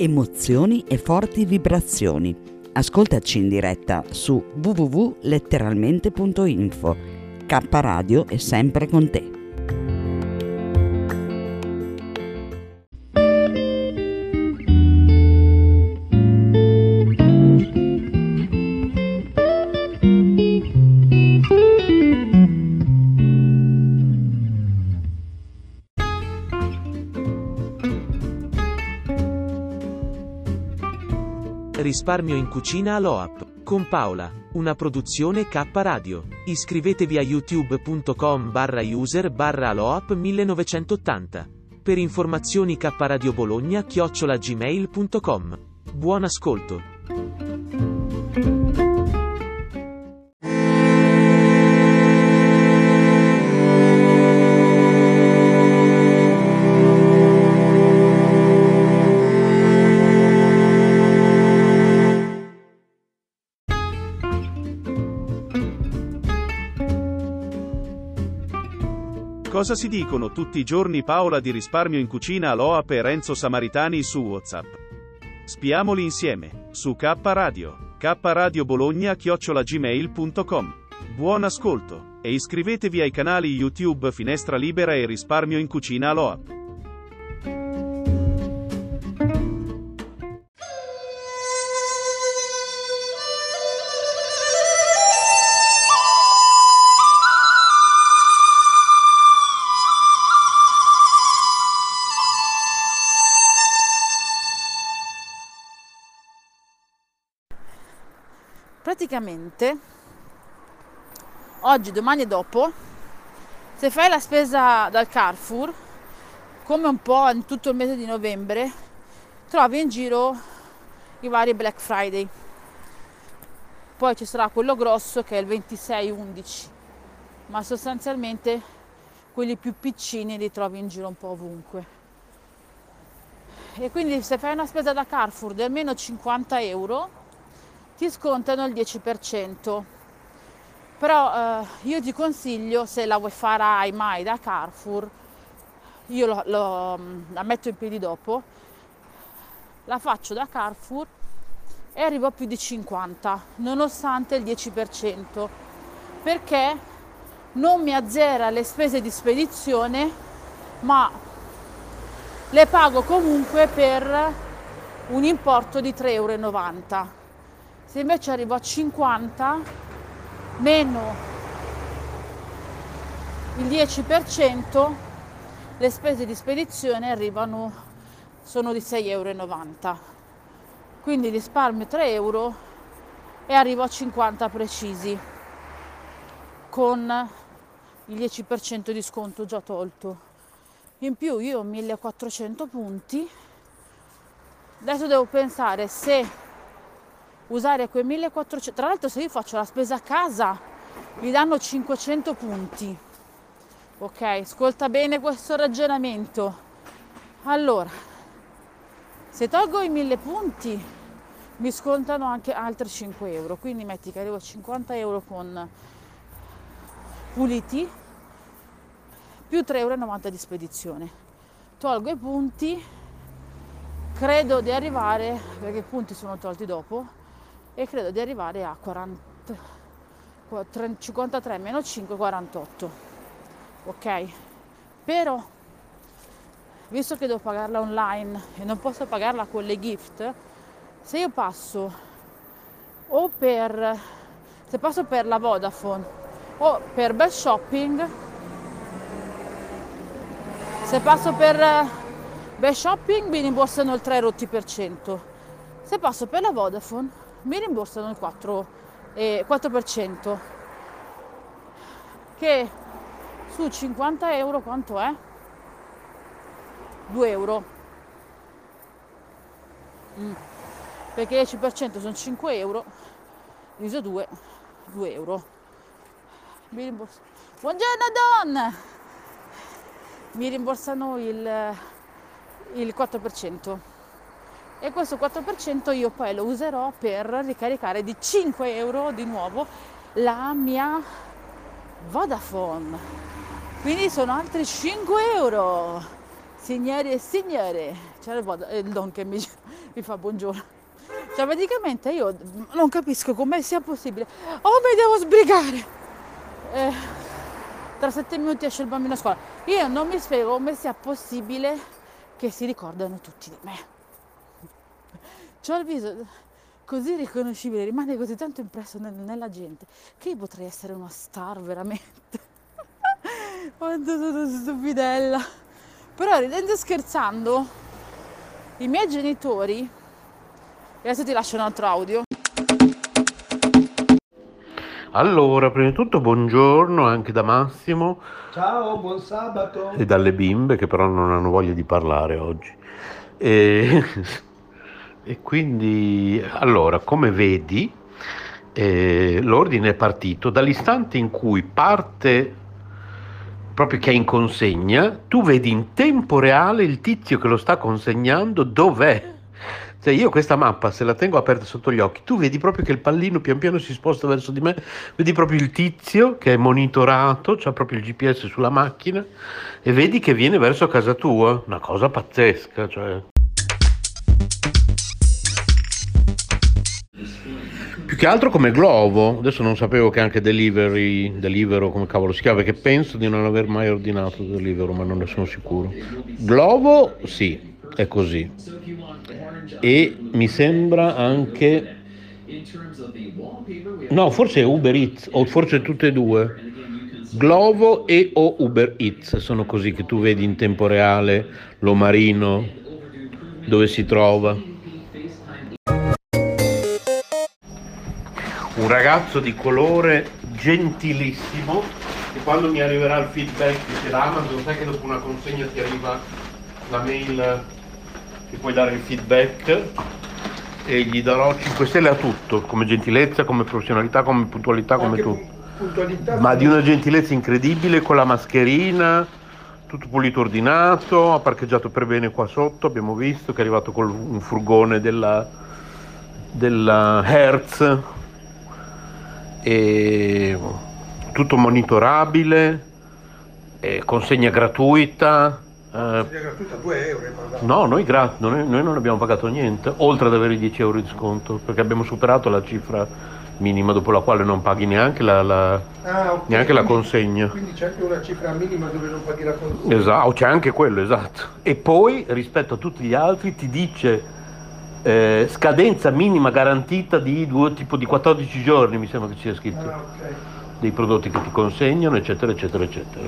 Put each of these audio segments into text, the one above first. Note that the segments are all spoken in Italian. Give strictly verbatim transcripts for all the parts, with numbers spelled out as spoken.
emozioni e forti vibrazioni. Ascoltaci in diretta su w w w punto letteralmente punto info. K Radio è sempre con te. Risparmio in cucina all'O A P con Paola, una produzione K Radio. Iscrivetevi a youtube punto com barra user barra aloap millenovecentottanta. Per informazioni K Radio Bologna chiocciola gmail punto com. Buon ascolto. Cosa si dicono tutti i giorni Paola di Risparmio in Cucina all'O A P e Renzo Samaritani su WhatsApp? Spiamoli insieme, su K Radio, K Radio Bologna chiocciola gmail punto com. Buon ascolto, e iscrivetevi ai canali YouTube Finestra Libera e Risparmio in Cucina all'O A P. Praticamente oggi, domani e dopo, se fai la spesa dal Carrefour, come un po' in tutto il mese di novembre, trovi in giro i vari Black Friday. Poi ci sarà quello grosso che è il ventisei undici, ma sostanzialmente quelli più piccini li trovi in giro un po' ovunque. E quindi se fai una spesa da Carrefour di almeno cinquanta euro ti scontano il dieci per cento. Però eh, io ti consiglio, se la vuoi farai mai da Carrefour, io lo, lo, la metto in piedi dopo, la faccio da Carrefour e arrivo a più di cinquanta, nonostante il dieci per cento, perché non mi azzera le spese di spedizione, ma le pago comunque per un importo di tre euro e novanta. Se invece arrivo a cinquanta meno il dieci per cento, le spese di spedizione arrivano, sono di sei euro e novanta. Quindi risparmio tre euro e arrivo a cinquanta precisi, con il dieci per cento di sconto già tolto. In più io ho millequattrocento punti. Adesso devo pensare se usare quei millequattrocento, tra l'altro se io faccio la spesa a casa mi danno cinquecento punti. Ok, ascolta bene questo ragionamento. Allora, se tolgo i mille punti mi scontano anche altri cinque euro, quindi metti che arrivo a cinquanta euro con puliti più tre euro e novanta di spedizione. Tolgo i punti, credo di arrivare, perché i punti sono tolti dopo, e credo di arrivare a quaranta, cinquantatré meno cinque, quarantotto. Ok, però visto che devo pagarla online e non posso pagarla con le gift, se io passo o per se passo per la Vodafone o per Bell Shopping, se passo per Bell Shopping mi rimborsano il tre rotti per cento, se passo per la Vodafone mi rimborsano il quattro, eh, quattro per cento, che su cinquanta euro quanto è? due euro. Mm. Perché il dieci per cento sono cinque euro, diviso due, due euro. Mi rimbors- Buongiorno Don! Mi rimborsano il, il quattro per cento. E questo quattro per cento io poi lo userò per ricaricare di cinque euro di nuovo la mia Vodafone. Quindi sono altri cinque euro. Signori e signore, c'è il, il don che mi, mi fa buongiorno. Cioè praticamente io non capisco come sia possibile. Oh, mi devo sbrigare! Eh, tra sette minuti esce il bambino a scuola. Io non mi spiego come sia possibile che si ricordano tutti di me. C'ho il viso così riconoscibile, rimane così tanto impresso nel, nella gente, che io potrei essere una star veramente. Quanto sono stupidella. Però ridendo e scherzando, i miei genitori, adesso ti lascio un altro audio. Allora, prima di tutto buongiorno anche da Massimo. Ciao, buon sabato. E dalle bimbe che però non hanno voglia di parlare oggi. E, e quindi, allora, come vedi, eh, l'ordine è partito dall'istante in cui parte proprio che è in consegna, tu vedi in tempo reale il tizio che lo sta consegnando dov'è. Cioè io questa mappa se la tengo aperta sotto gli occhi, tu vedi proprio che il pallino pian piano si sposta verso di me, vedi proprio il tizio che è monitorato, c'ha proprio il G P S sulla macchina e vedi che viene verso casa tua, una cosa pazzesca, cioè. Più che altro come Glovo, adesso non sapevo che anche Delivery, Delivero come cavolo si chiama, perché penso di non aver mai ordinato Delivero, ma non ne sono sicuro. Glovo sì, è così. E mi sembra anche, no, forse è Uber Eats, o forse tutte e due. Glovo e o Uber Eats sono così, che tu vedi in tempo reale l'omarino, dove si trova. Un ragazzo di colore gentilissimo, e quando mi arriverà il feedback per Amazon, sai che dopo una consegna ti arriva la mail che puoi dare il feedback, e gli darò cinque stelle a tutto, come gentilezza, come professionalità, come puntualità, come tutto. Puntualità, ma di una gentilezza incredibile, con la mascherina, tutto pulito, ordinato, ha parcheggiato per bene qua sotto, abbiamo visto che è arrivato con un furgone della, della Hertz, e tutto monitorabile, e consegna gratuita. Consegna eh, gratuita due euro. No, noi, gra- noi, noi non abbiamo pagato niente, oltre ad avere i dieci euro di sconto, perché abbiamo superato la cifra minima dopo la quale non paghi neanche la, la, ah, okay. neanche quindi, la consegna. Quindi c'è anche una cifra minima dove non paghi la consegna. Esatto, c'è anche quello, esatto. E poi rispetto a tutti gli altri ti dice Eh, scadenza minima garantita di due, tipo di quattordici giorni, mi sembra che sia scritto, ah, okay. dei prodotti che ti consegnano, eccetera eccetera eccetera.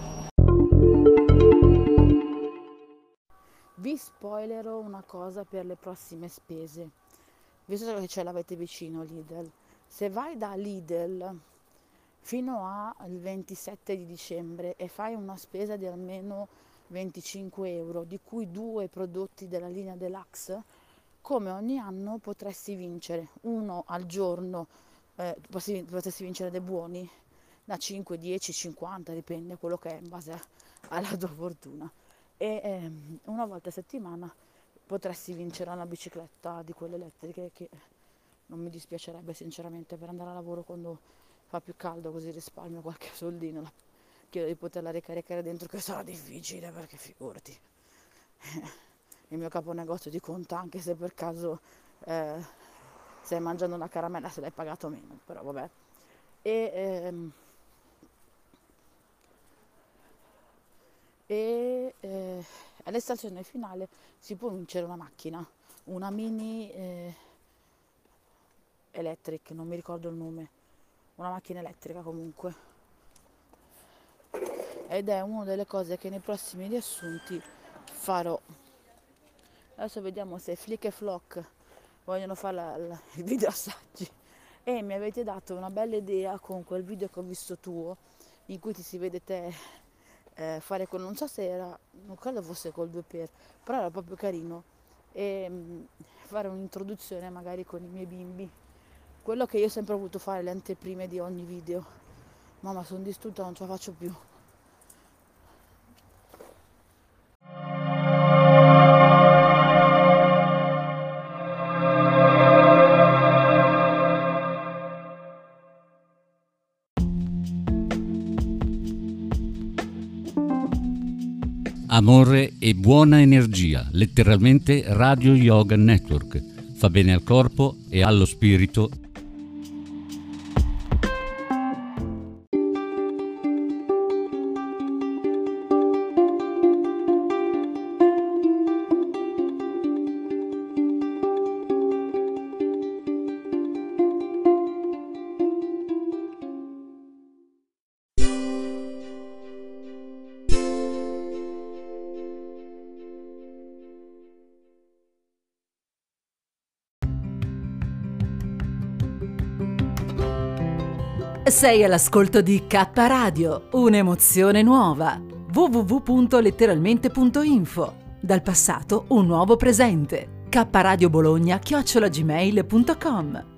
Vi spoilerò una cosa per le prossime spese, visto che ce l'avete vicino Lidl. Se vai da Lidl fino al ventisette di dicembre e fai una spesa di almeno venticinque euro, di cui due prodotti della linea Deluxe, come ogni anno potresti vincere uno al giorno, eh, potresti vincere dei buoni da cinque, dieci, cinquanta, dipende quello che è in base alla tua fortuna, e eh, una volta a settimana potresti vincere una bicicletta di quelle elettriche, che non mi dispiacerebbe sinceramente per andare a lavoro quando fa più caldo, così risparmio qualche soldino. Chiedo di poterla ricaricare dentro, che sarà difficile perché figurati. Il mio caponegozio ti conta anche se per caso eh, stai mangiando una caramella, se l'hai pagato meno, però vabbè. E, ehm, e eh, all'estazione finale si può vincere una macchina, una mini eh, electric, non mi ricordo il nome, una macchina elettrica comunque. Ed è una delle cose che nei prossimi riassunti farò. Adesso vediamo se Flick e Flock vogliono fare la, la, i video assaggi. E mi avete dato una bella idea con quel video che ho visto tuo, in cui ti si vede te eh, fare con, non so se era, non credo fosse col due per, però era proprio carino, e mh, fare un'introduzione magari con i miei bimbi, quello che io ho sempre voluto fare, le anteprime di ogni video. Mamma, sono distrutta, non ce la faccio più. amore e buona energia, letteralmente Radio Yoga Network. Fa bene al corpo e allo spirito. Sei all'ascolto di K Radio, un'emozione nuova. w w w punto letteralmente punto info. Dal passato un nuovo presente. K Radio Bologna chiocciola gmail punto com.